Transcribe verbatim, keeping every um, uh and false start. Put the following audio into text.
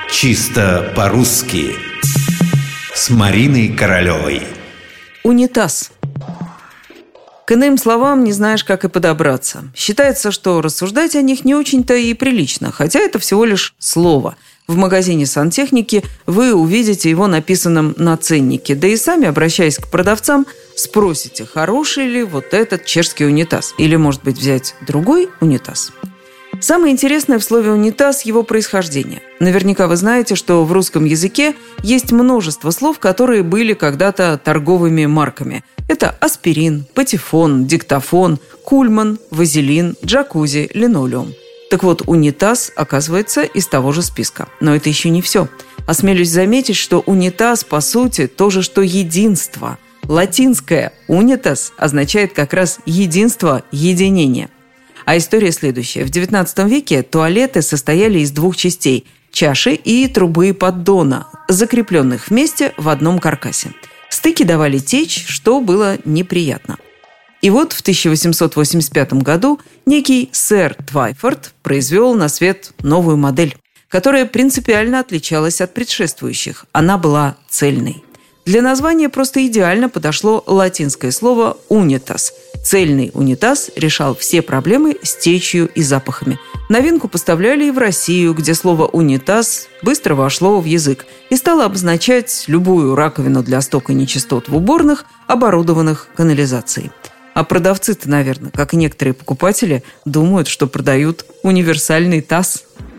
Чисто по-русски с Мариной Королевой. Унитаз. К иным словам не знаешь, как и подобраться. Считается, что рассуждать о них не очень-то и прилично, хотя это всего лишь слово. В магазине сантехники вы увидите его написанным на ценнике, да и сами, обращаясь к продавцам, спросите, хороший ли вот этот чешский унитаз, или, может быть, взять другой унитаз. Самое интересное в слове «унитаз» – его происхождение. Наверняка вы знаете, что в русском языке есть множество слов, которые были когда-то торговыми марками. Это аспирин, патефон, диктофон, кульман, вазелин, джакузи, линолеум. Так вот, унитаз оказывается из того же списка. Но это еще не все. Осмелюсь заметить, что унитаз, по сути, то же, что единство. Латинское «унитаз» означает как раз единство, единение. А история следующая. В девятнадцатом веке туалеты состояли из двух частей – чаши и трубы поддона, закрепленных вместе в одном каркасе. Стыки давали течь, что было неприятно. И вот в тысяча восемьсот восемьдесят пятом году некий сэр Твайфорд произвел на свет новую модель, которая принципиально отличалась от предшествующих. Она была цельной. Для названия просто идеально подошло латинское слово «унитаз». Цельный унитаз решал все проблемы с течью и запахами. Новинку поставляли и в Россию, где слово «унитаз» быстро вошло в язык и стало обозначать любую раковину для стока нечистот в уборных, оборудованных канализацией. А продавцы-то, наверное, как и некоторые покупатели, думают, что продают универсальный таз.